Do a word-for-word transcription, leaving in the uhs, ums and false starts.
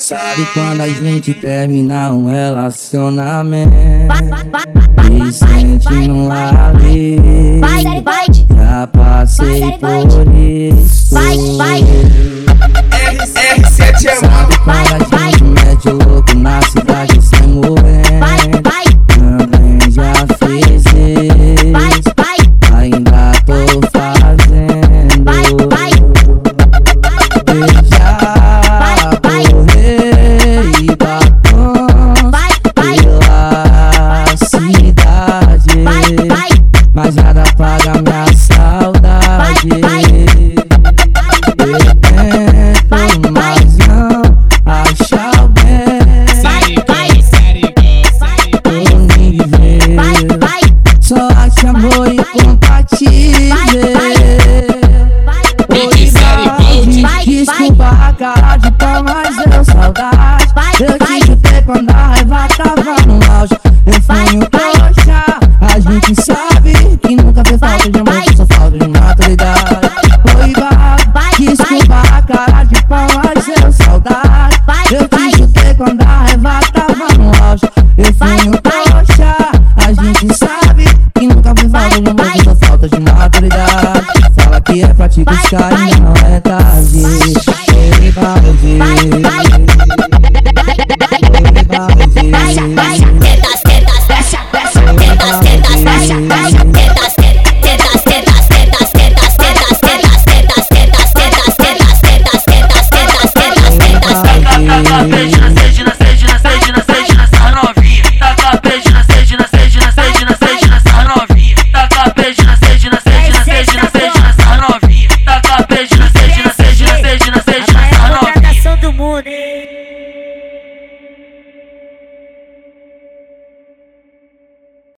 Sabe quando a gente termina um relacionamento e sente no ali? Já passei por isso. R sete é Sabe quando a gente mete o louco na cidade sem morrer? Também já fiz isso, ainda tô fazendo. Eu já borrei batons pela cidade, mas nada paga minha saudade. Eu tento, mas não acho alguém. Tô nível, só acho amor incompatível. Desculpa a cara de pau, mas eu saudade. Eu te chutei quando a raiva tava no auge. Eu fui um trouxa, a gente sabe que nunca fez falta de amor, só falta de maturidade. Oi, vai, desculpa a cara de pau, mas eu saudade. Eu te